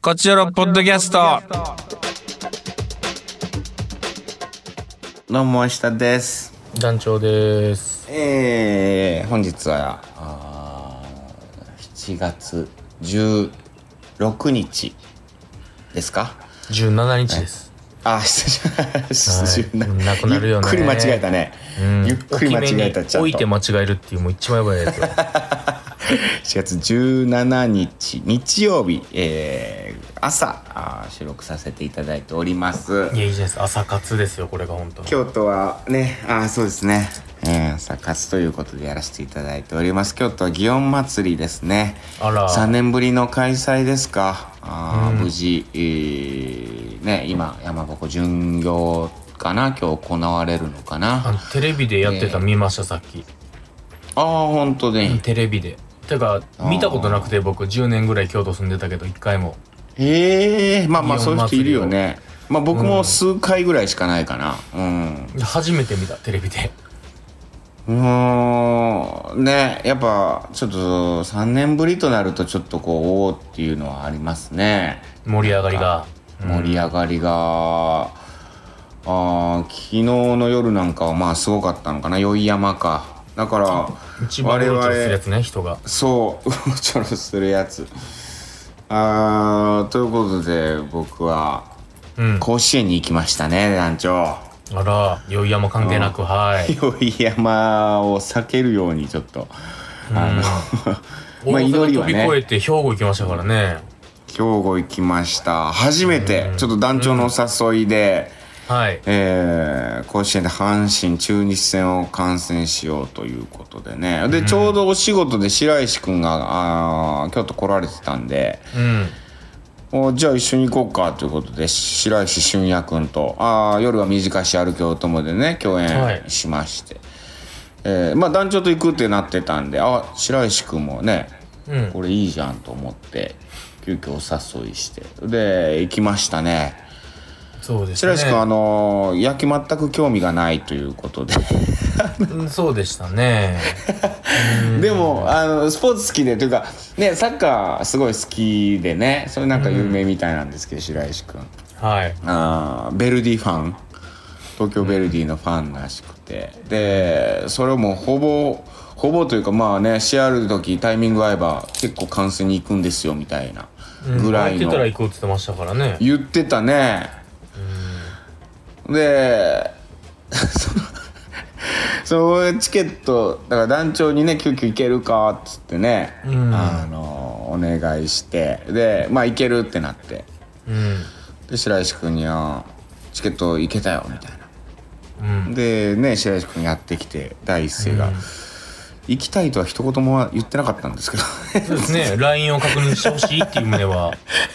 こちらのポッドキャスト。 どうも下です。 団長です。 本日は7月16日ですか。 17日です。なくなるよね。 ゆっくり間違えたね。ゆっくり間違えた。 置いて間違えるっていうもう一番やばいやつ。 7月17日日曜日、朝収録させていただいております。 いや、いいじゃないですか。朝活ですよ、これが本当。 京都はね、そうですね、朝活ということでやらせていただいております。京都は祇園祭りですね。 あら、 3年ぶりの開催ですか。無事、ね、今山鉾巡行かな、今日行われるのかな。 テレビでやってた、見ましたさっき。 本当ね。 テレビでてか見たことなくて、僕10年ぐらい京都住んでたけど1回も。 まあそういう人いるよね。まあ僕も数回ぐらいしかないかな。 初めて見た、テレビで。 ね、やっぱちょっと3年ぶりとなるとちょっとこうおおっていうのはありますね。 盛り上がりが、 昨日の夜なんかはまあすごかったのかな。宵山か。だから一番うろちょろするやつね、人が。 そううろちょろするやつ。ということで僕は甲子園に行きましたね、団長。 あら、宵山関係なく、はい。 宵山を避けるようにちょっとまあ祈りはね、 飛び越えて兵庫行きましたからね。 兵庫行きました。初めてちょっと団長のお誘いで、 はい、 甲子園で阪神中日戦を観戦しようということでね。でちょうどお仕事で白石くんが京都来られてたんで、じゃあ一緒に行こうかということで白石俊也くんと夜は短し歩けお供でね共演しまして、まあ団長と行くってなってたんで、白石くんもね、これいいじゃんと思って急遽お誘いしてで行きましたね。 そうですね。 白石君野球全く興味がないということでそうでしたね。 でもスポーツ好きでというかね、サッカーすごい好きでね、それなんか有名みたいなんですけど、白石君、 はい、 ベルディファン、東京ベルディのファンらしくて、でそれをもうほぼというか、まあね、試合ある時タイミング合えば結構観戦に行くんですよみたいなぐらいの、 言ってたら行こうって言ってましたからね。 言ってたね。でそのチケットだから団長にね急遽行けるかっつってね、お願いして、でまあ行けるってなって、で白石君にはチケット行けたよみたいな、でね白石君やってきて第一声が、行きたいとは一言も言ってなかったんですけどそうですね。LINE を確認してほしいっていう旨は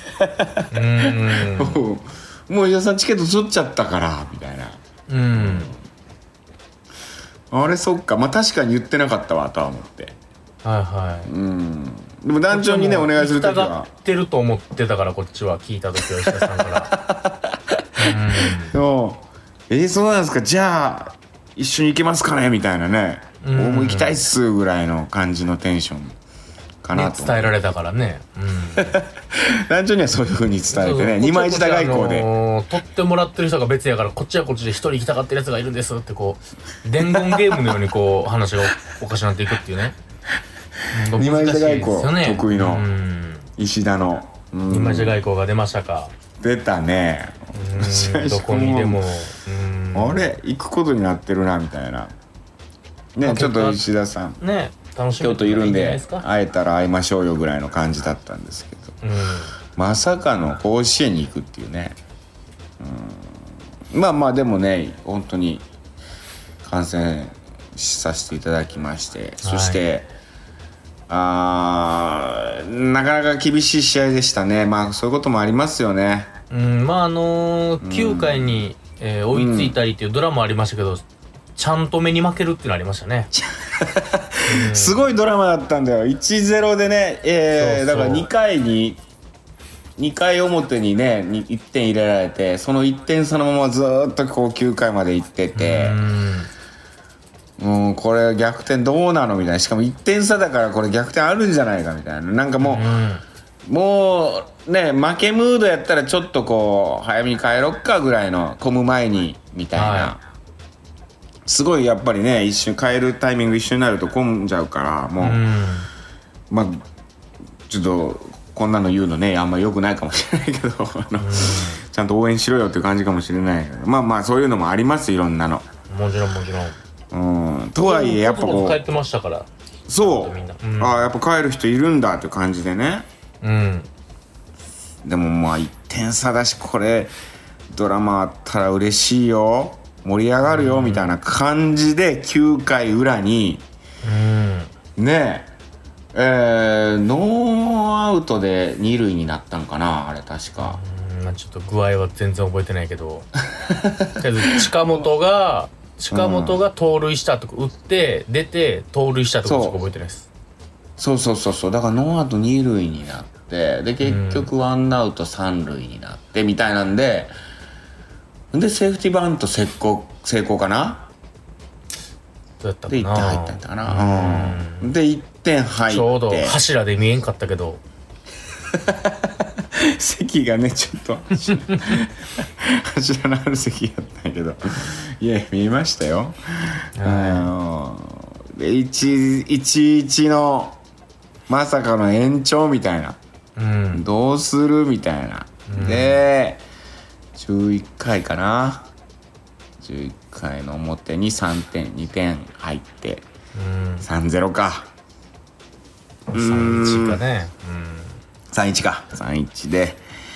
もう伊田さんチケット取っちゃったからみたいな。あれそっか、まあ確かに言ってなかったわとは思って、でも団長にねお願いするときは行きたがってると思ってたから、こっちは聞いたときは石田さんからそうなんですか、じゃあ一緒に行けますかねみたいなね、僕も行きたいっすぐらいの感じのテンションかなと、 伝えられたからね。 団長にはそういう風に伝えてね、二枚舌外交で取ってもらってる人が別やから、こっちはこっちで一人行きたがってるやつがいるんですってこう伝言ゲームのようにこう話がおかしくなっていくっていうね。 二枚舌外交得意の石田の二枚舌外交が出ましたか。 出たね。 どこにでもあれ行くことになってるなみたいなね。ちょっと石田さんね、楽しみ京都いるんで会えたら会いましょうよぐらいの感じだったんですけど、まさかの甲子園に行くっていうね。まあまあでもね本当に観戦させていただきまして、そしてなかなか厳しい試合でしたね。まあそういうこともありますよね。 まあ9回に、追いついたりっていうドラマありましたけど、ちゃんと目に負けるっていうのありましたね。 すごいドラマだったんだよ。 1-0 でね、だから2回表にね1点入れられて、その1点差のままずっとこう9回まで行ってて、これ逆転どうなのみたいな。しかも1点差だからこれ逆転あるんじゃないかみたいな。なんかもうね負けムードやったらちょっとこう早めに帰ろっかぐらいの混む前にみたいな、はい、すごいやっぱりね一瞬帰るタイミング一緒になると混んじゃうからもう、まあちょっとこんなの言うのねあんま良くないかもしれないけどちゃんと応援しろよっていう感じかもしれないけどまあまあそういうのもありますいろんなのもちろんもちろんとはいえやっぱこう帰ってましたからそう、ああやっぱ帰る人いるんだっていう感じでねでもまあ1点差だしこれドラマあったら嬉しいよ盛り上がるよみたいな感じで9回裏にねノーアウトで2塁になったんかなあれ確かちょっと具合は全然覚えてないけどとりあえず近本が盗塁したとこ打って出て盗塁したとこしか覚えてないです。 そうだからノーアウト2塁になってで結局ワンアウト3塁になってみたいなんでセーフティーバント成功かなどうやったかなで1点入ったんだかなで1点入ってちょうど柱で見えんかったけど席がねちょっと柱のある席やったんやけどいや見えましたよ、で1-1のまさかの延長みたいな、どうするみたいな、で11回かな11回の表に2点入って、3-0か 3-1かね 3-1か3-1で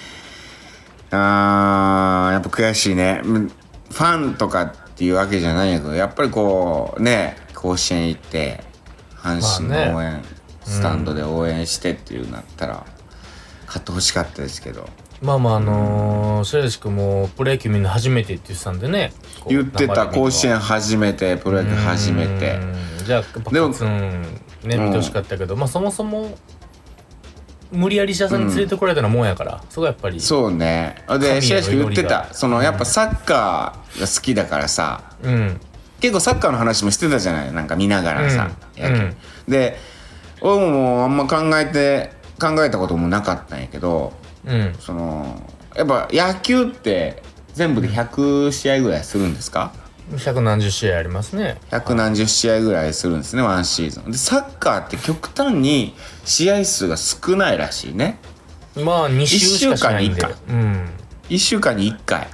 やっぱ悔しいねファンとかっていうわけじゃないんやけどやっぱりこうね甲子園行って阪神の応援、スタンドで応援してっていうなったら勝ってほしかったですけど白石君もプロ野球みんな初めてって言ってたんでね言ってた甲子園初めてプロ野球初めてじゃあやっぱ見てほしかったけどそもそも無理やり医者さんに連れてこられたのもんやから、そこはやっぱりそうねで白石君言ってたやっぱサッカーが好きだからさ、結構サッカーの話もしてたじゃないなんか見ながらさ、で俺もあんま考えたこともなかったんやけど、やっぱ野球って全部で100試合ぐらいするんですか 100何十試合ありますね 100何十試合ぐらいするんですねワンシーズンでサッカーって極端に試合数が少ないらしいね 2週しかしないんで 1週間に1回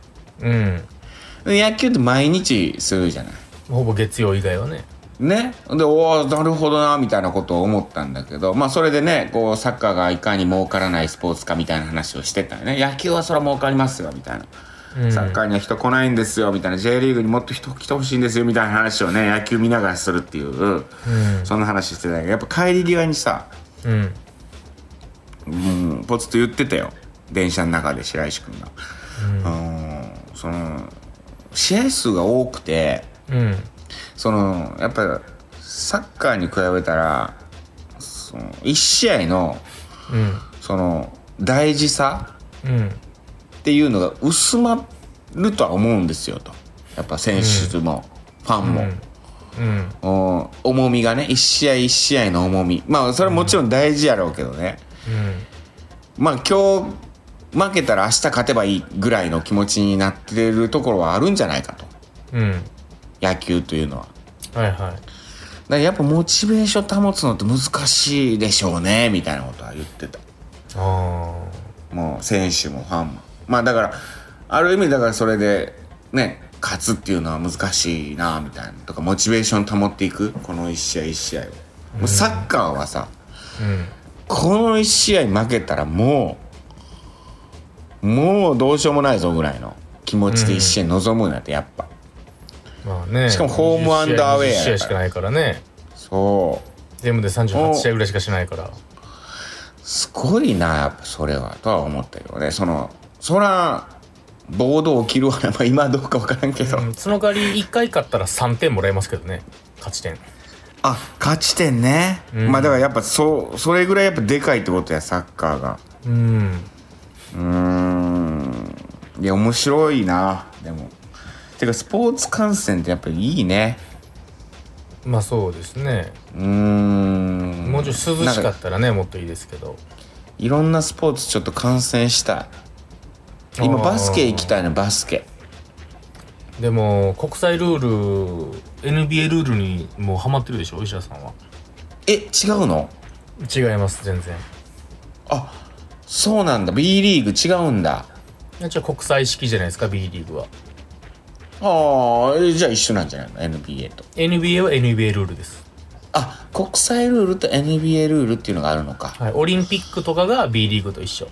野球って毎日するじゃないほぼ月曜以外はねでなるほどなみたいなことを思ったんだけどそれでねこうサッカーがいかに儲からないスポーツかみたいな話をしてたよね野球はそれは儲かりますよみたいなサッカーには人来ないんですよみたいな J リーグにもっと人来てほしいんですよみたいな話をね野球見ながらするっていう、そんな話してたけどやっぱ帰り際にさ、ポツと言ってたよ電車の中で白石君が、試合数が多くて、やっぱサッカーに比べたら1試合の、大事さ、っていうのが薄まるとは思うんですよとやっぱ選手も、ファンも、重みがね一試合一試合の重みそれはもちろん大事やろうけどね、今日負けたら明日勝てばいいぐらいの気持ちになってるところはあるんじゃないかと、野球というのはだからやっぱモチベーション保つのって難しいでしょうねみたいなことは言ってたもう選手もファンもだからある意味だからそれでね勝つっていうのは難しいなみたいなとかモチベーション保っていくこの一試合一試合を、もうサッカーはさ、この一試合負けたらもうどうしようもないぞぐらいの気持ちで一試合臨むんだってやっぱ、しかもホームアンダーウェアやから 20試合しかないからねそう全部で38試合ぐらいしかしないからすごいなやっぱそれはとは思ったけどねそら暴動起きるわね、今どうか分からんけど、 その代わり1回勝ったら3点もらえますけどね勝ち点勝ち点ね、だからやっぱそれぐらいやっぱでかいってことやサッカーがいや面白いなでもてかスポーツ観戦ってやっぱりいいねそうですねもうちょっと涼しかったらねもっといいですけどいろんなスポーツちょっと観戦したい。今バスケ行きたいな。バスケでも国際ルール NBA ルールにもうハマってるでしょ石田さんは。 違うの？ 違います全然。 あ、そうなんだ。 B リーグ違うんだ。 一応国際式じゃないですか B リーグは。 じゃあ一緒なんじゃないの NBA と。 NBA は NBA ルールです。 あ、国際ルールと NBA ルールっていうのがあるのか。 はい、オリンピックとかが B リーグと一緒。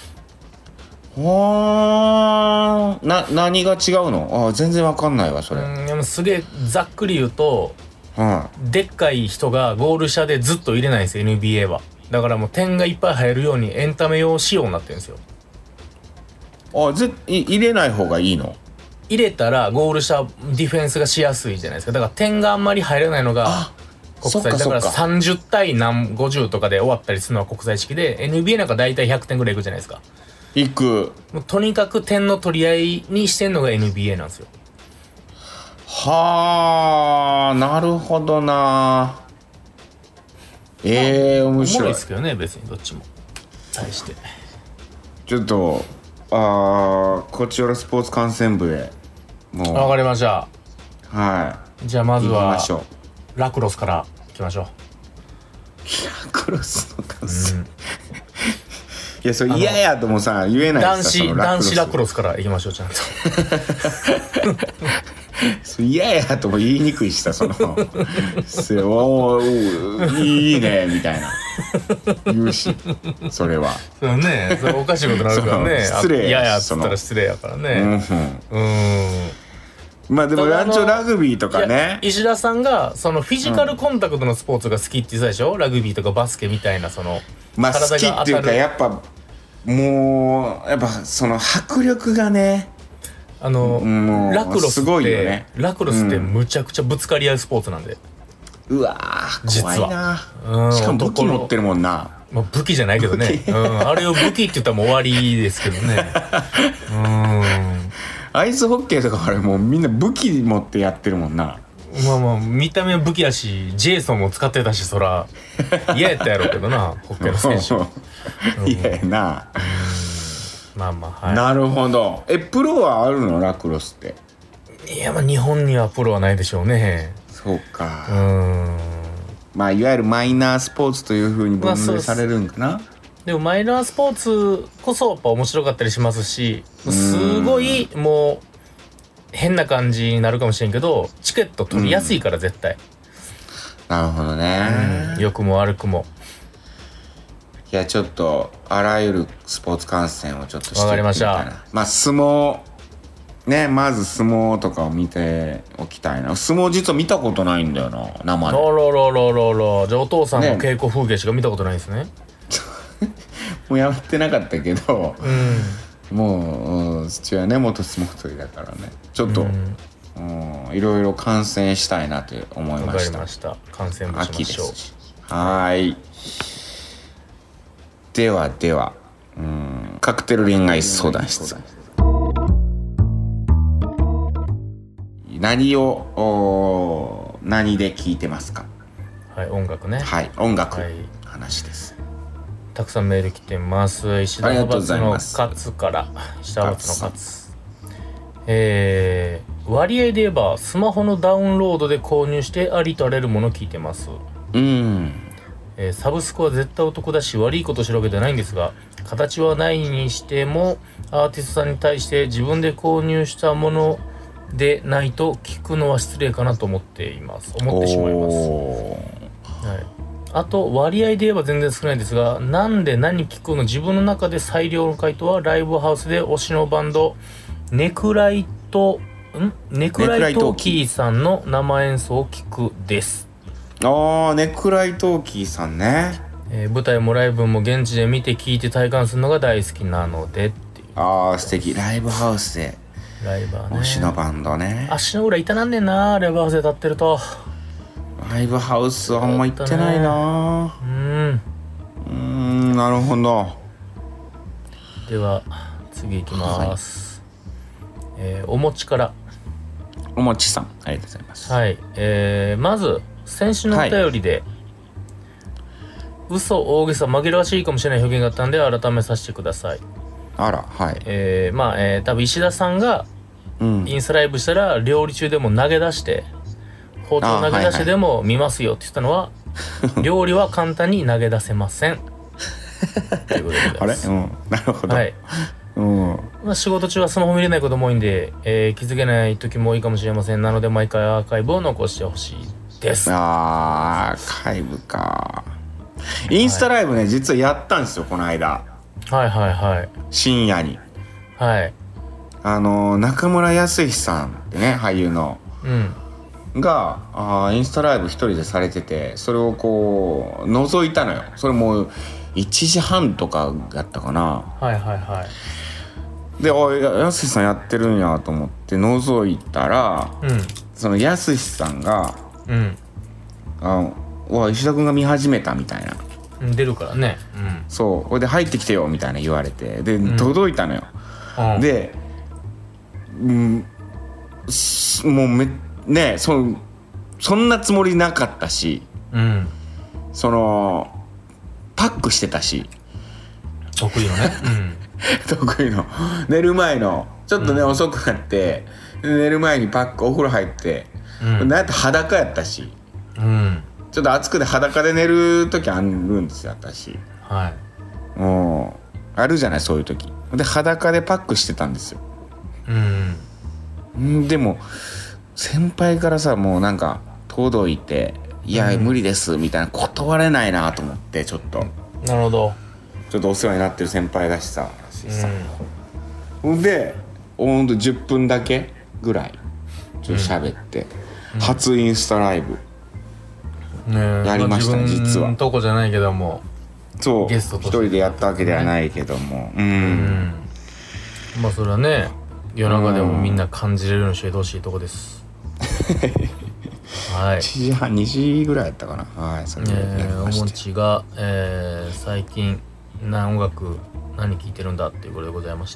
何が違うの？全然わかんないわそれ。 でもすげえざっくり言うと、でっかい人がゴール下でずっと入れないんですよ NBA は。だからもう点がいっぱい入るようにエンタメ用仕様になってるんですよ。 入れない方がいいの？ 入れたらゴール下ディフェンスがしやすいじゃないですか。だから点があんまり入らないのが国際だから30対何50とかで終わったりするのは国際式で、 NBA なんか大体100点ぐらいいくじゃないですか。 いく。 もうとにかく点の取り合いにしてんのが NBA なんですよ。 はあ、なるほどな。面白いですけどね別にどっちも対して。 ちょっとこちらスポーツ観戦部へもうわかりました。 はい。 じゃあまずは行きましょう。 ラクロスからいきましょう。 ラクロスの観戦、いやそれ嫌やともさ言えない男子ラクロスからいきましょうちゃんと。 それ嫌やとも言いにくいしさそれいいねみたいな言うしそれはそうね、それおかしいことになるからね。 失礼嫌やっつったら失礼やからね。 まあでもラグビーとかね、 石田さんがそのフィジカルコンタクトのスポーツが好きって言ってたでしょ、ラグビーとかバスケみたいなそのまあ好きっていうかやっぱその迫力がね、ラクロスすごいよね。ラクロスってむちゃくちゃぶつかり合うスポーツなんで、 うわー怖いな。しかも武器持ってるもんな。 まあ、武器じゃないけどね、あれを武器って言ったらもう終わりですけどね。 アイスホッケーとかあれもうみんな武器持ってやってるもんな。 まあまあ見た目は武器だしジェイソンも使ってたしそら嫌やったやろうけどなホッケーの選手。 嫌やな。 まあまあはい。 なるほど。プロはあるのラクロスって？ いやまあ日本にはプロはないでしょうね。 そうか。まあいわゆるマイナースポーツというふうに分類されるんかな。 でもマイナースポーツこそやっぱ面白かったりしますし、すごいもう変な感じになるかもしれんけどチケット取りやすいから絶対。 なるほどね。 良くも悪くも。 いやちょっとあらゆるスポーツ観戦をちょっとしてみたいな。 わかりました。 まあ相撲ね、まず相撲とかを見ておきたいな。相撲実は見たことないんだよな生で。じゃあお父さんの稽古風景しか見たことないですね。 もうやってなかったけど、もう父親ね元相撲取りだからねちょっと、いろいろ観戦したいなと思いました。 わかりました。観戦もしましょう。 はい。ではカクテル恋愛相談室。何で聞いてますか？ はい、音楽ね。 はい、音楽、話です。 たくさんメール来てます。石田派閥の勝から石田派閥の勝。割合で言えばスマホのダウンロードで購入してありとあらゆるものを聞いてます。サブスクは絶対お得だし悪いことしてるわけじゃないんですが、形はないにしてもアーティストさんに対して自分で購入したものでないと聞くのは失礼かなと思ってしまいます。はい、あと割合で言えば全然少ないですが、なんで何聞くの自分の中で最良の回答はライブハウスで推しのバンドネクライトキーさんの生演奏を聞くです。 ネクライトキーさんね。 舞台もライブも現地で見て聞いて体感するのが大好きなのでっていう。 素敵。ライブハウスでライバーね、 推しのバンドね。 足の裏痛なんねんなライブハウスで立ってると。 ライブハウスはあんま行ってないな。なるほど。 では次いきます、おもちからおもちさんありがとうございます。 はい、まず先週のお便りで、 嘘大げさ紛らわしいかもしれない表現があったんで改めさせてください。 あら、はい。 まあ、多分石田さんがインスタライブしたら料理中でも投げ出して包丁投げ出してでも見ますよって言ったのは、料理は簡単に投げ出せませんということでございます。 あれ、なるほど。 はい。まあ、仕事中はスマホ見れないことも多いんで、気づけない時も多いかもしれません。なので毎回アーカイブを残してほしいです。 アーカイブか。インスタライブね、実はやったんですよこの間。 はいはいはい。 深夜に。 はい。 中村康之さんってね、俳優の。がインスタライブ一人でされてて、それをこう覗いたのよ。それも1時半とかやったかな。 はいはいはい。 で、やすしさんやってるんやと思って覗いたら、そのやすしさんが石田君が見始めたみたいな。 出るからね。 そう、これで入ってきてよみたいな言われて、で、届いたのよ。で、もうね、そんなつもりなかったし、パックしてたし、 得意のね、 得意の寝る前のちょっとね、遅くなって寝る前にパックお風呂入って、なんやったら裸やったし、ちょっと暑くて裸で寝る時あるんですよ私。 はい。 あるじゃないそういう時で、裸でパックしてたんですよ。でも先輩からさ、もうなんか届いて、いや、無理ですみたいな、断れないなと思って、ちょっとなるほど、 ちょっとお世話になってる先輩だしさ、でほんと10分だけぐらいちょっと喋って、初インスタライブやりましたね、実は。 自分とこじゃないけども、 そう、ゲストと一人でやったわけではないけども、 まあそれはね、夜中でもみんな感じれるようにしてほしいとこです。はい。 1時半2時ぐらいやったかな。はい。それでやりました。 おもちが、最近音楽何聴いてるんだっていうことでございまして、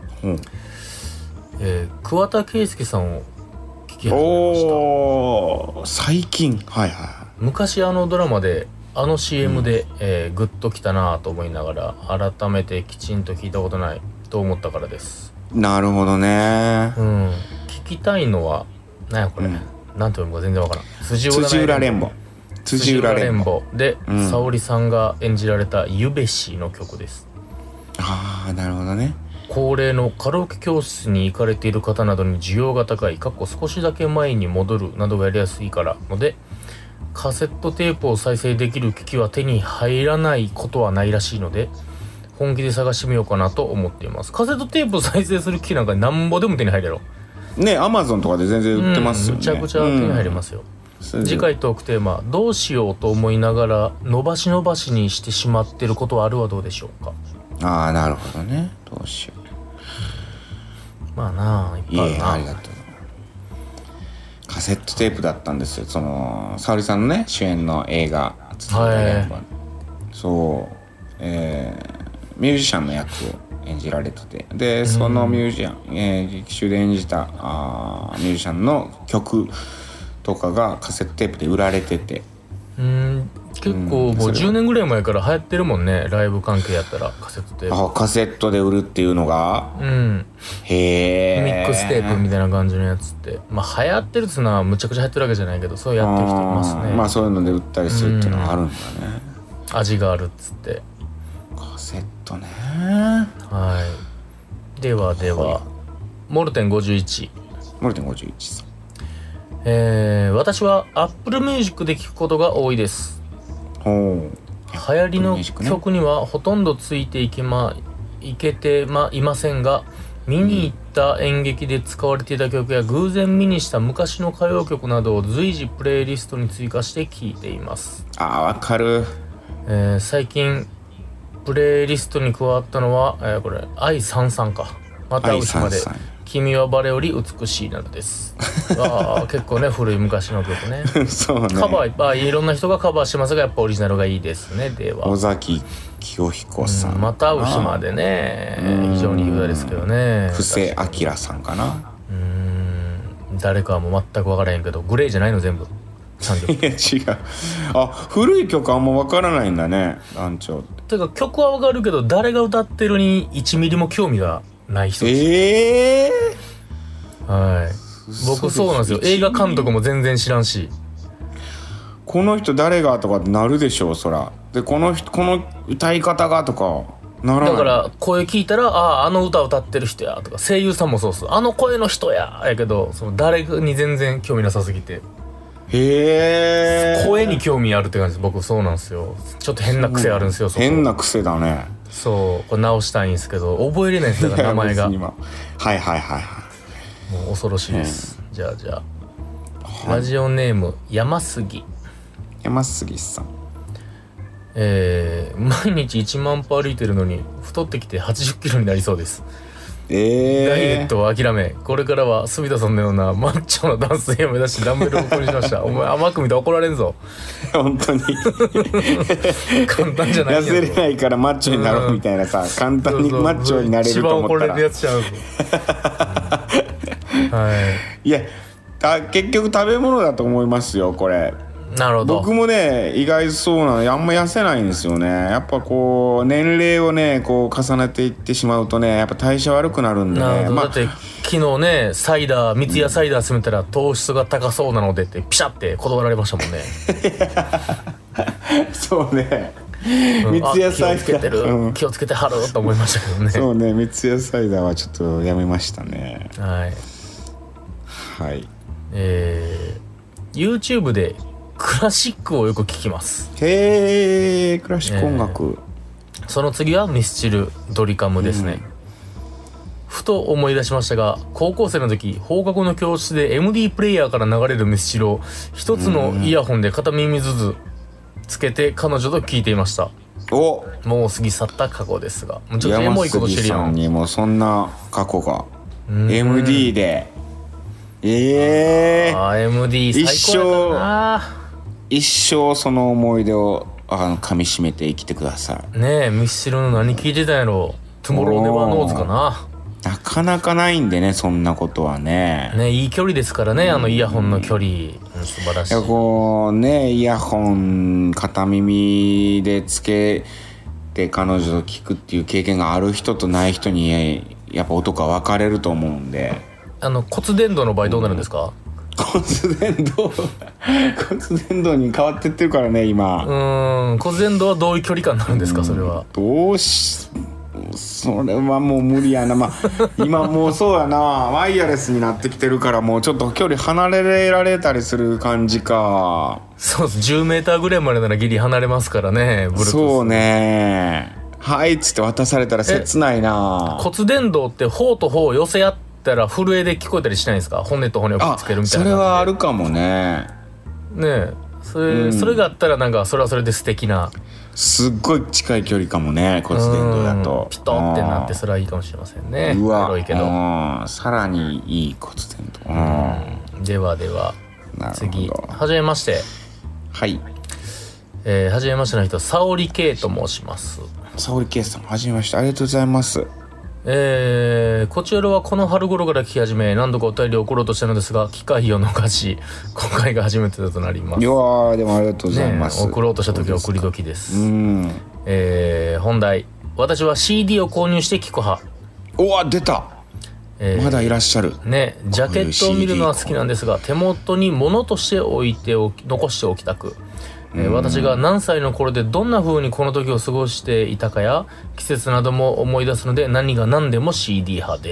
桑田佳祐さんを聴き始めました。 おー、最近。はいはい。 昔ドラマでCM で、グッときたなと思いながら、改めてきちんと聞いたことないと思ったからです。 なるほどね。 聞きたいのは何やこれ、なんて読むか全然わからん。 辻浦連ボ。辻浦連ボで、沙織さんが演じられたゆべしの曲です。 ああ、なるほどね。 恒例のカラオケ教室に行かれている方などに需要が高い、少しだけ前に戻るなどがやりやすいからので、カセットテープを再生できる機器は手に入らないことはないらしいので、本気で探してみようかなと思っています。カセットテープを再生する機器なんかなんぼでも手に入るやろね。アマゾンとかで全然売ってますよね。 むちゃくちゃ手に入りますよ。次回トークテーマ、どうしようと思いながら伸ばし伸ばしにしてしまってることはあるはどうでしょうか。 ああ、なるほどね。どうしよう。まあなあ、いっぱいあるな。 ありがとう。カセットテープだったんですよ。沙織さんのね、主演の映画。そう、ミュージシャンの役を演じられてて、でそのミュージシャン、劇中で演じたミュージシャンの曲とかがカセットテープで売られてて、 結構もう10年ぐらい前から流行ってるもんね、ライブ関係やったらカセットテープ。 カセットで売るっていうのが、へえ。 ミックステープみたいな感じのやつって、まあ流行ってるっていうのはむちゃくちゃ流行ってるわけじゃないけど、そうやってる人いますね。 まあそういうので売ったりするっていうのがあるんだね。 味があるっつって。 カセットね。 はい。ではモルテン51。 モルテン51さん。 私は Apple Music で聴くことが多いです。流行りの曲にはほとんどついていけていませんが、見に行った演劇で使われていた曲や偶然見にした昔の歌謡曲などを随時プレイリストに追加して聴いています。 わかる。 最近プレイリストに加わったのは、これ愛さんか。またう日まで君はバレより美しいなどです。結構ね、古い昔の曲ね。 そうね。 カバーいっぱいいろんな人がカバーしてますが、やっぱオリジナルがいいですね。では尾崎清彦さん、 またう日までね、非常にいい歌ですけどね。 布施明さんかな。 誰かはもう全く分からへんけど、グレーじゃないの全部。 3曲。 いや違う、あ、古い曲あんま分からないんだね団長。 てか曲はわかるけど誰が歌ってるに1ミリも興味がない人です。はい。僕そうなんですよ。映画監督も全然知らんし、 この人誰がとかってなるでしょう、そら。でこの人、この歌い方がとかならない。 だから声聞いたらあの歌歌ってる人やとか、声優さんもそうっす、あの声の人やけど、その誰に全然興味なさすぎて、声に興味あるって感じです。僕そうなんですよ。ちょっと変な癖あるんですよ。 変な癖だね。 そう、これ直したいんですけど覚えれないんですから名前が。 はいはいはいはい。 もう恐ろしいです。じゃあ、ラジオネーム山杉さん。 毎日1万歩歩いてるのに太ってきて80キロになりそうです。ダイエットを諦め、これからは住田さんのようなマッチョな男性を目指しダンベルを購入しました。お前甘く見て怒られんぞ。 本当に簡単じゃないやん。痩せれないからマッチョになろうみたいなさ、簡単にマッチョになれると思ったら、 一番怒られるやつちゃうぞ。はい。 いや、結局食べ物だと思いますよこれ。 なるほど。 僕もね意外そうなの、あんま痩せないんですよね。やっぱこう年齢をねこう重ねていってしまうとね、やっぱ代謝悪くなるんでね。 だって昨日ねサイダー、三ツ矢サイダー勧めたら糖質が高そうなのでってピシャって断られましたもんね。 そうね、三ツ矢サイダー気をつけてはると思いましたけどね。 そうね、三ツ矢サイダーはちょっとやめましたね。はい。 YouTube でクラシックをよく聴きます。 へー、クラシック音楽。 その次はミスチルドリカムですね。ふと思い出しましたが、高校生の時放課後の教室で MD プレイヤーから流れるミスチルを一つのイヤホンで片耳ずつつけて彼女と聴いていました。もう過ぎ去った過去ですが、ちょっとエモいことしてるやん。 山杉さんにもそんな過去が MD で。 MD 最高やな。 一生その思い出を噛み締めて生きてください。 ねえ、ミスチルの何聞いてたんやろ。トゥモローネバーノーズかな。 なかなかないんでね、そんなことはね。 ね、いい距離ですからね、イヤホンの距離、素晴らしい。 こうね、イヤホン片耳でつけて彼女と聞くっていう経験がある人とない人にやっぱ音が分かれると思うんで。 骨伝導の場合どうなるんですか？ 骨伝導に変わってってるからね今。 骨伝導はどういう距離感になるんですか？それはそれはもう無理やな。今もうそうやな、ワイヤレスになってきてるからもうちょっと距離離れられたりする感じか。 そうです。10メーターぐらいまでならギリ離れますからね、ブルートゥース。 そうね、はいっつって渡されたら切ないな。 骨伝導って頬と頬を寄せ合ったら震えで聞こえたりしないんですか？骨と骨をくっつけるみたいな。 それはあるかもね。 ねえ、それがあったらなんかそれはそれで素敵な。 すっごい近い距離かもね、骨伝導だと。 ピトってなってそれはいいかもしれませんね。 うわ、 エロいけど。 さらにいい骨伝導。 では次、はじめまして。 はい。 はじめましての人、沙織圭と申します。 沙織圭さん、はじめまして、ありがとうございます。 こちらはこの春頃から聞き始め、何度かお便りを送ろうとしたのですが機会を逃し、今回が初めてとなります。 いやー、でもありがとうございます、 送ろうとした時は送り時です。本題、私は CD を購入して聞く派。 おわ、出た、まだいらっしゃるね。ジャケットを見るのは好きなんですが、手元に物として残しておきたく、私が何歳の頃でどんな風にこの時を過ごしていたかや季節なども思い出すので、何が何でも CD 派です。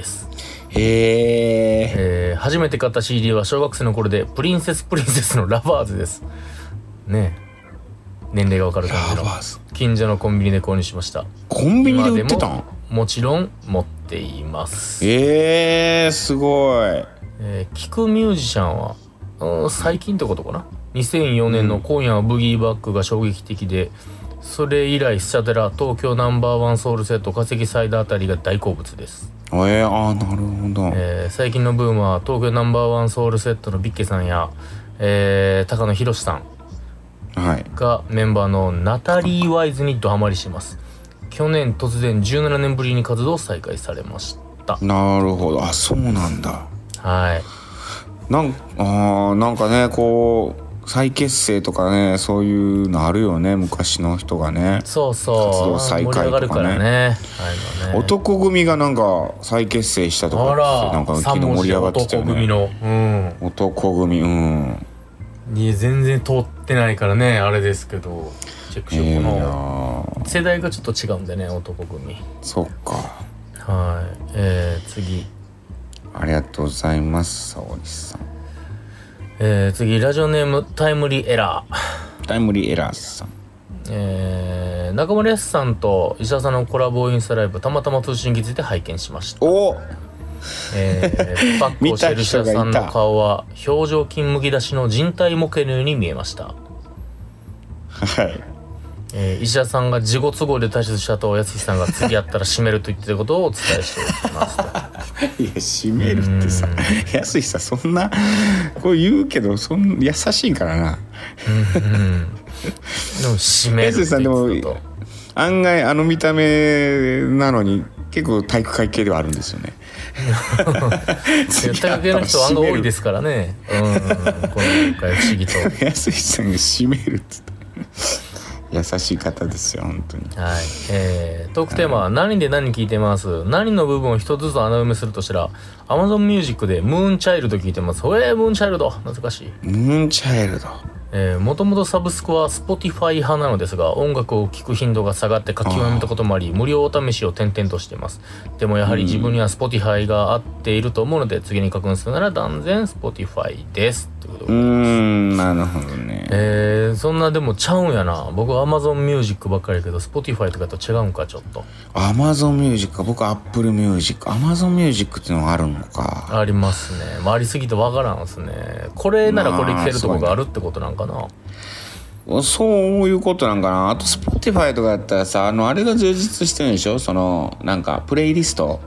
初めて買った CD は小学生の頃でプリンセスのラバーズですね。年齢がわかる感じの近所のコンビニで購入しました。 コンビニで売ってたん？ もちろん持っています。 すごい。 聴くミュージシャンは最近ってことかな。2004年の今夜はブギーバックが衝撃的で、それ以来スチャテラ、東京ナンバーワンソウルセット、化石サイダーあたりが大好物です。 なるほど。 最近のブームは東京ナンバーワンソウルセットのビッケさんや、高野博さんがメンバーのナタリー・ワイズにドハマりしています。去年突然17年ぶりに活動を再開されました。 なるほど。そうなんだ。 はい。 なんかね、こう再結成とかね、そういうのあるよね、昔の人がね。 そうそう活動再開とかね。 盛り上がるからね、 男組がなんか再結成したとかってなんか昨日盛り上がってたよね。 男組の、 男組、 いや全然通ってないからねあれですけど、チェックしようかな。世代がちょっと違うんでね、男組。 そっか。 はい。次ありがとうございます、沙織さん。 次ラジオネームタイムリーエラー。 タイムリーエラーさん。 中森康さんと石田さんのコラボインスタライブ、たまたま通信機ついて拝見しました。 おパックをしている石田さんの顔は表情筋むき出しの人体模型のように見えました。 はい。 石田さんが自己都合で退出したとやすしさんが次やったら閉めると言ってたことをお伝えしておきますと。 いや閉めるってさ、やすしさそんなこう言うけど優しいからな。 でも閉めるって言ってたと。やすしさんでも案外あの見た目なのに結構体育会系ではあるんですよね。 体育会系の人案外多いですからね。この回不思議と。 やすしさんが閉めるって言った。優しい方ですよ本当に。 はい。トークテーマは何で何聞いてます。何の部分を一つずつ穴埋めするとしたら Amazon Music でムーンチャイルド聞いてます。ムーンチャイルド懐かしい。 ムーンチャイルド。 もともとサブスクは Spotify 派なのですが、音楽を聴く頻度が下がって書き読めたこともあり、無料お試しを転々としています。でもやはり自分には Spotify が合っていると思うので、次に確認するなら断然 Spotify ですということで。 なるほどね。 そんなでもちゃうんやな。僕は Amazon Music ばっかりやけど Spotify とかと違うんかちょっと。 Amazon Music か。僕 Apple Music。Amazon Music っていうのがあるのか。 ありますね。ありすぎてわからんですね。これならこれ聞けるところがあるってことなんかな。 そういうことなんかな。あと Spotify とかやったらさ、あれが充実してるんでしょ。そのなんかプレイリスト。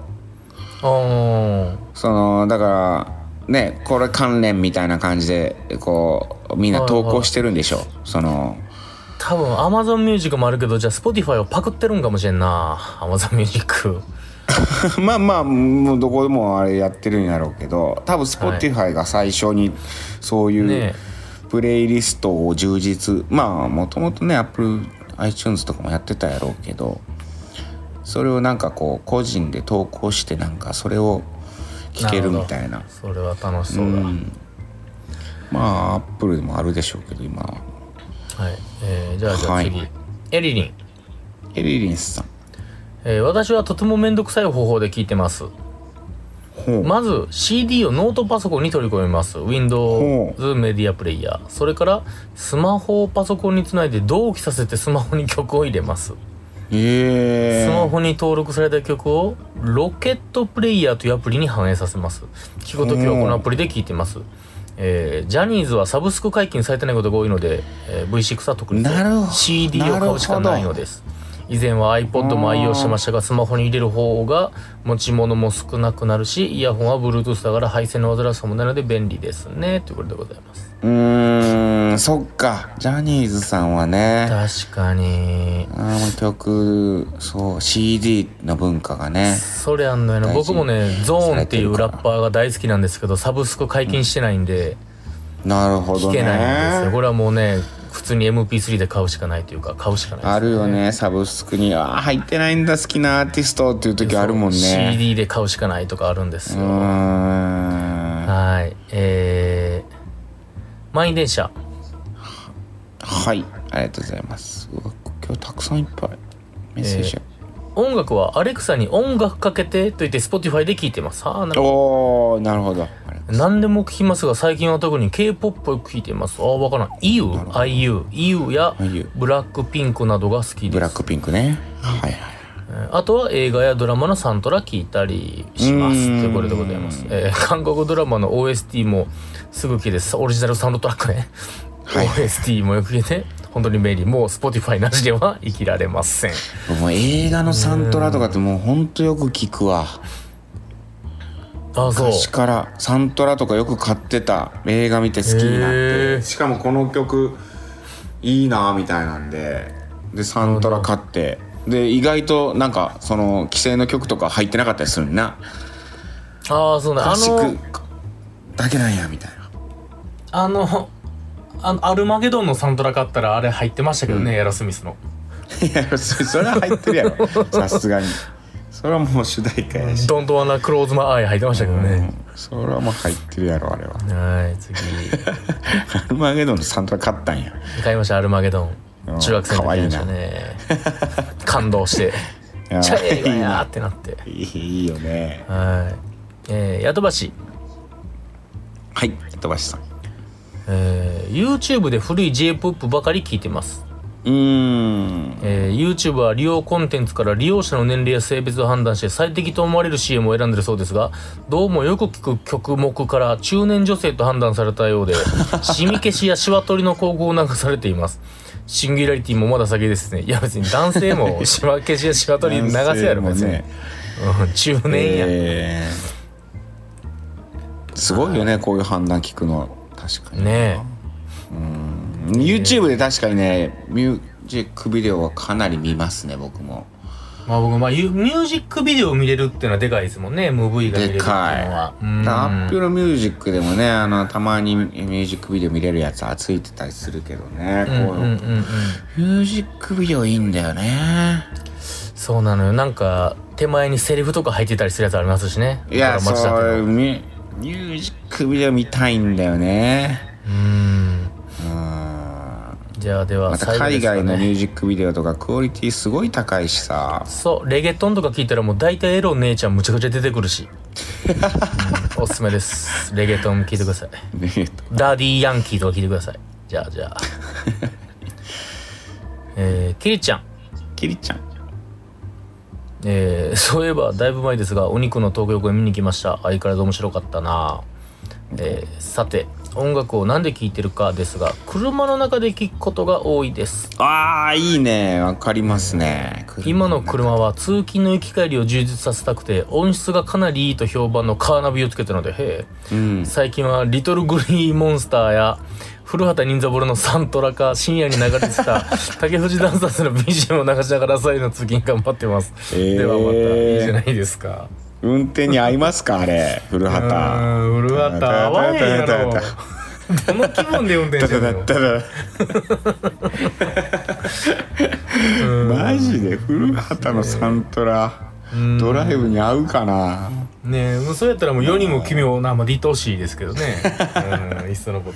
だからね、これ関連みたいな感じでこうみんな投稿してるんでしょ。 多分 Amazon Music もあるけど、じゃあ Spotify をパクってるんかもしれんな。Amazon Music まあもうどこでもあれやってるんやろうけど、多分 Spotify が最初にそういう、ね、プレイリストを充実、もともとね Apple iTunes とかもやってたやろうけど、それをなんかこう個人で投稿してなんかそれを聞けるみたいな。 それは楽しそうだ。 Apple でもあるでしょうけど今は。 はい。じゃあ次、エリリンさん。 私はとてもめんどくさい方法で聞いてます。まず CD をノートパソコンに取り込みます。 Windows メディアプレイヤー。それからスマホをパソコンにつないで同期させてスマホに曲を入れます。スマホに登録された曲をロケットプレイヤーというアプリに反映させます。聞くときはこのアプリで聞いてます。ジャニーズはサブスク解禁されてないことが多いので、V6 は特に CD を買うしかないのです。以前は iPod も愛用してましたが、スマホに入れる方が持ち物も少なくなるし、イヤホンは Bluetooth だから配線の煩わしさもないので便利ですねということでございます。 そっか、ジャニーズさんはね、 確かに曲、そう CD の文化がね、 それあんのよな。僕もねゾーンっていうラッパーが大好きなんですけど、サブスク解禁してないんで、 なるほどね、 聞けないんですよ。これはもうね普通に MP3 で買うしかないというか、買うしかないですね。あるよね、サブスクに入ってないんだ好きなアーティストっていう時あるもんね。 CD で買うしかないとかあるんですよ。はい。満員電車。 はい、ありがとうございます。今日たくさんいっぱいメッセージ、 音楽はアレクサに音楽かけてと言って Spotify で聴いてます。なるほど。なるほど。 何でも聴きますが、最近は特に K-POP を聴いています。わからん。IU やブラックピンクなどが好きです。 ブラックピンクね。はいはい。 あとは映画やドラマのサントラ聴いたりしますということでございます。韓国ドラマの OST もすぐ聴けです。オリジナルサウンドトラックね、はい、OST もよく聴けて本当に便利。もう Spotify なしでは生きられません。 もう映画のサントラとかってもう本当よく聞くわ。 そう昔からサントラとかよく買ってた。映画見て好きになって、しかもこの曲いいなみたいなんでサントラ買って、で意外となんかその既成の曲とか入ってなかったりするんな。 そうね、 クラシックだけなんやみたいな。 アルマゲドンのサントラ買ったらあれ入ってましたけどね、エアロスミスの。 いやそれは入ってるやろさすがに。それはもう主題歌やし、 ドントワナクローズマアイ入ってましたけどね。 それはもう入ってるやろあれは。 はい次アルマゲドンのサントラ買ったんや。 買いましたアルマゲドン。中学生の時買いましたね。感動してチャ映画やってなっていいよね。 はい。ヤトバシ、 はい、ヤトバシさん。 YouTube で古い J-POP ばかり聞いてます。YouTube は利用コンテンツから利用者の年齢や性別を判断して最適と思われる CM を選んでるそうですが、どうもよく聞く曲目から中年女性と判断されたようでシミ消しやシワ取りの広告を流されています。シンギュラリティもまだ先ですね。いや別に男性もシワ消しやシワ取り流せやろ別に、ね、中年や、 すごいよねこういう判断聞くの。確かにねえ、YouTube で確かにねミュージックビデオはかなり見ますね僕も。 まあ僕ミュージックビデオを見れるっていうのはでかいですもんね。MV が見れるっていうのは。 アップルミュージックでもねたまにミュージックビデオ見れるやつはついてたりするけどね、ミュージックビデオいいんだよね。 そうなのよ。なんか手前にセリフとか入ってたりするやつありますしね。 いやそうミュージックビデオ見たいんだよね。 じゃあではまた海外のミュージックビデオとかクオリティすごい高いしさ。 そうレゲトンとか聞いたらもう大体エロ姉ちゃんむちゃくちゃ出てくるし、おすすめです。レゲトン聞いてください。ダディヤンキーとか聞いてください。じゃあキリちゃんそういえばだいぶ前ですがお肉の東京公演見に来ました。相変わらず面白かったな。さて音楽をなんで聴いてるかですが、車の中で聴くことが多いです。 ああいいね、わかりますね。 今の車は通勤の行き帰りを充実させたくて音質がかなりいいと評判のカーナビをつけたので、最近はリトルグリーンモンスターや古畑任三郎のサントラか深夜に流れてた竹藤ダンサーズの BGM を流しながら朝への通勤頑張ってます。ではまた。いいじゃないですか。 運転に合いますかあれ。古畑合わへんやろ。どの気分で運転してんの。 マジで古畑のサントラドライブに合うかな。 ねえ、そうやったらもう世にも奇妙な、まあ、愛おしいですけどね。いっそのこと。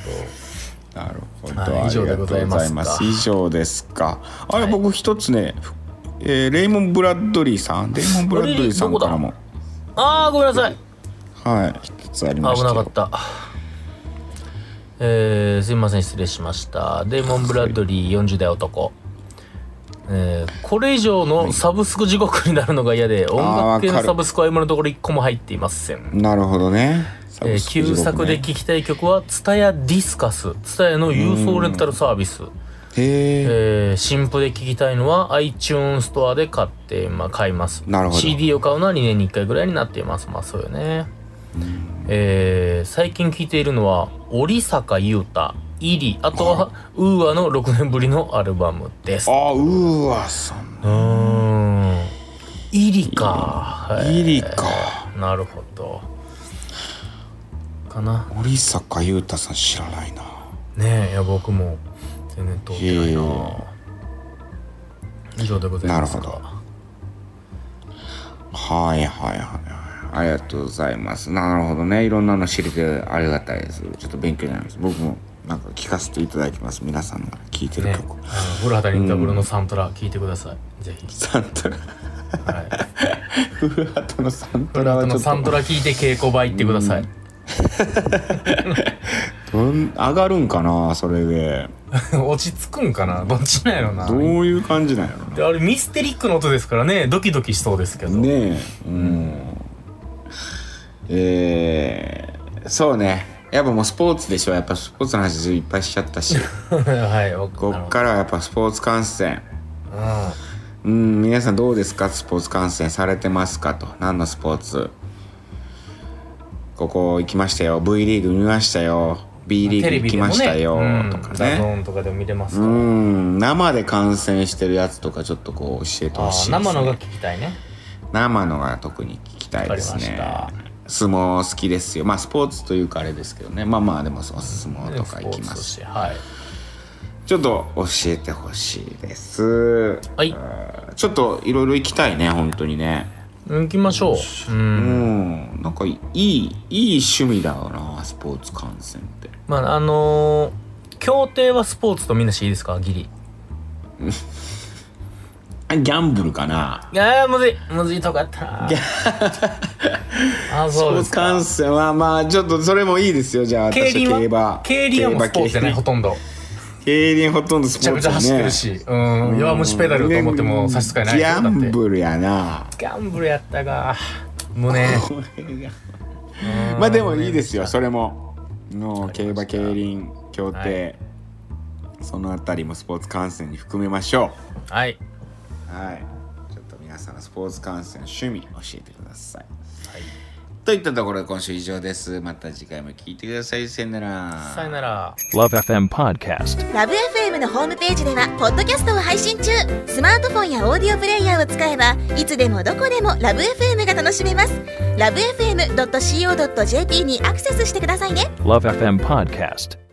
なるほど、以上でございます。以上ですか。あれ、僕一つね、レイモン・ブラッドリーさんからも。 ああ、ごめんなさい。 はい、一つありましたよ。 危なかった。すいません、失礼しました。レイモン・ブラッドリー40代男。これ以上のサブスク地獄になるのが嫌で、音楽系のサブスクは今のところ1個も入っていません。 なるほどね。 旧作で聴きたい曲は TSUTAYA ディスカス、TSUTAYA の郵送レンタルサービス。新譜で聴きたいのは iTunes ストアで買います。 なるほど。 CD を買うのは2年に1回ぐらいになっています。まあそうよね。最近聴いているのは織坂優太、イリ、あとはウーアの6年ぶりのアルバムです。 ああ、ウーアさん。 イリか。 イリか。 なるほど。かな。 織坂優太さん知らないな。 ねえ、いや僕も全然通ってないな。以上でございます。 なるほど。はいはいはい。ありがとうございます。なるほどね。いろんなの知れてありがたいです。ちょっと勉強になります。僕もなんか聞かせていただきます。皆さんが聞いてる曲。 古畑任三郎のサントラ聞いてください。ぜひ。 サントラ。はい。古畑のサントラはちょっと。 サントラ聞いて稽古場行ってください。 上がるんかなそれで。 落ち着くんかな、どっちなんやろな。 どういう感じなんやろな。 であれミステリックの音ですからね、ドキドキしそうですけどねえ。そうね、やっぱもうスポーツでしょ。やっぱスポーツの話いっぱいしちゃったし、 はい、 こっからはやっぱスポーツ観戦。皆さんどうですか。スポーツ観戦されてますかと。何のスポーツ。ここ行きましたよ、 V リーグ見ましたよ、 B リーグ行きましたよ、とかね。 ダゾーンとかでも見れますから。 生で観戦してるやつとかちょっとこう教えてほしいですね。 生のが聞きたいね。 生のが特に聞きたいですね。相撲好きですよ。まあスポーツというかあれですけどね。まあでも相撲とか行きますし。 ちょっと教えてほしいです。 はい。 ちょっといろいろ行きたいね、本当にね。 行きましょう。 なんかいい趣味だよな、スポーツ観戦って。 まあ競艇はスポーツとみんなしていいですか、ギリ。 ギャンブルかな。 いやむずいとこやったな。あ、そうですか。スポーツ観戦はまあちょっとそれもいいですよ。じゃあ私は競馬。競輪はもうスポーツじゃない、ほとんど。 競輪ほとんどスポーツね。めちゃくちゃ走ってるし、弱虫ペダルと思っても差し支えない。 ギャンブルやな。 ギャンブルやったが胸。 まあでもいいですよ、それも。の競馬、競輪、競艇、そのあたりもスポーツ観戦に含めましょう。はい。 はい。ちょっと皆さんのスポーツ観戦趣味教えてください。はい。といったところで今週以上です。また次回も聞いてください。さよなら。 さよなら。 LoveFM Podcast。 LoveFM のホームページではポッドキャストを配信中。スマートフォンやオーディオプレイヤーを使えばいつでもどこでも LoveFM が楽しめます。LoveFM.co.jp にアクセスしてくださいね。 LoveFM Podcast。